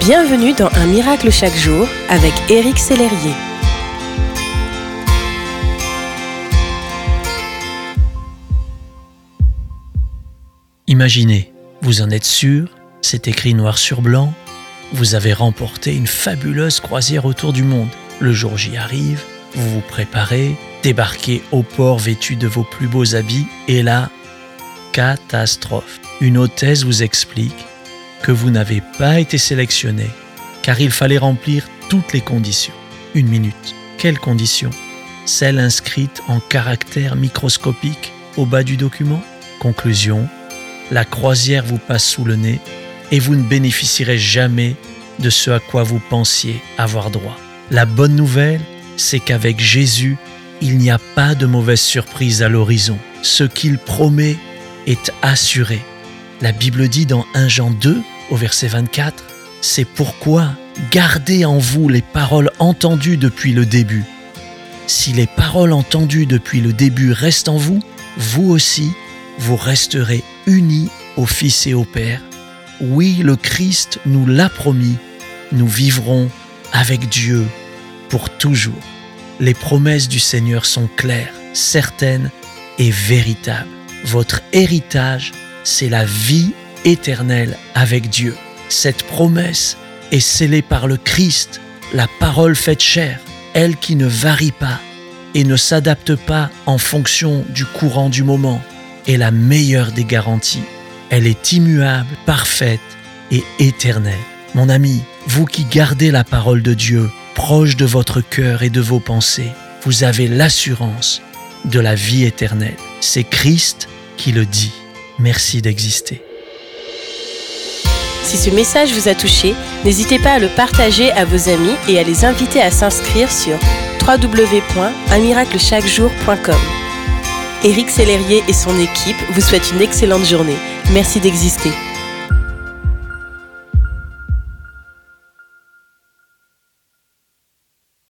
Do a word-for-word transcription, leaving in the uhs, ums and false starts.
Bienvenue dans Un miracle chaque jour avec Éric Sellerier. Imaginez, vous en êtes sûr, c'est écrit noir sur blanc, vous avez remporté une fabuleuse croisière autour du monde. Le jour J arrive, vous vous préparez, débarquez au port vêtu de vos plus beaux habits et là, catastrophe. Une hôtesse vous explique que vous n'avez pas été sélectionné car il fallait remplir toutes les conditions. Une minute. Quelles conditions ? Celles inscrites en caractères microscopiques au bas du document ? Conclusion, la croisière vous passe sous le nez et vous ne bénéficierez jamais de ce à quoi vous pensiez avoir droit. La bonne nouvelle, c'est qu'avec Jésus, il n'y a pas de mauvaise surprise à l'horizon. Ce qu'il promet est assuré. La Bible dit dans premier Jean deux, au verset vingt-quatre, « C'est pourquoi gardez en vous les paroles entendues depuis le début. Si les paroles entendues depuis le début restent en vous, vous aussi, vous resterez unis au Fils et au Père. Oui, le Christ nous l'a promis, nous vivrons avec Dieu pour toujours. » Les promesses du Seigneur sont claires, certaines et véritables. Votre héritage, c'est la vie éternelle avec Dieu. Cette promesse est scellée par le Christ, la parole faite chair, elle qui ne varie pas et ne s'adapte pas en fonction du courant du moment, est la meilleure des garanties. Elle est immuable, parfaite et éternelle. Mon ami, vous qui gardez la parole de Dieu proche de votre cœur et de vos pensées, vous avez l'assurance de la vie éternelle. C'est Christ qui le dit. Merci d'exister. Si ce message vous a touché, n'hésitez pas à le partager à vos amis et à les inviter à s'inscrire sur w w w point un miracle chaque jour point com. Éric Sellerier et son équipe vous souhaitent une excellente journée. Merci d'exister.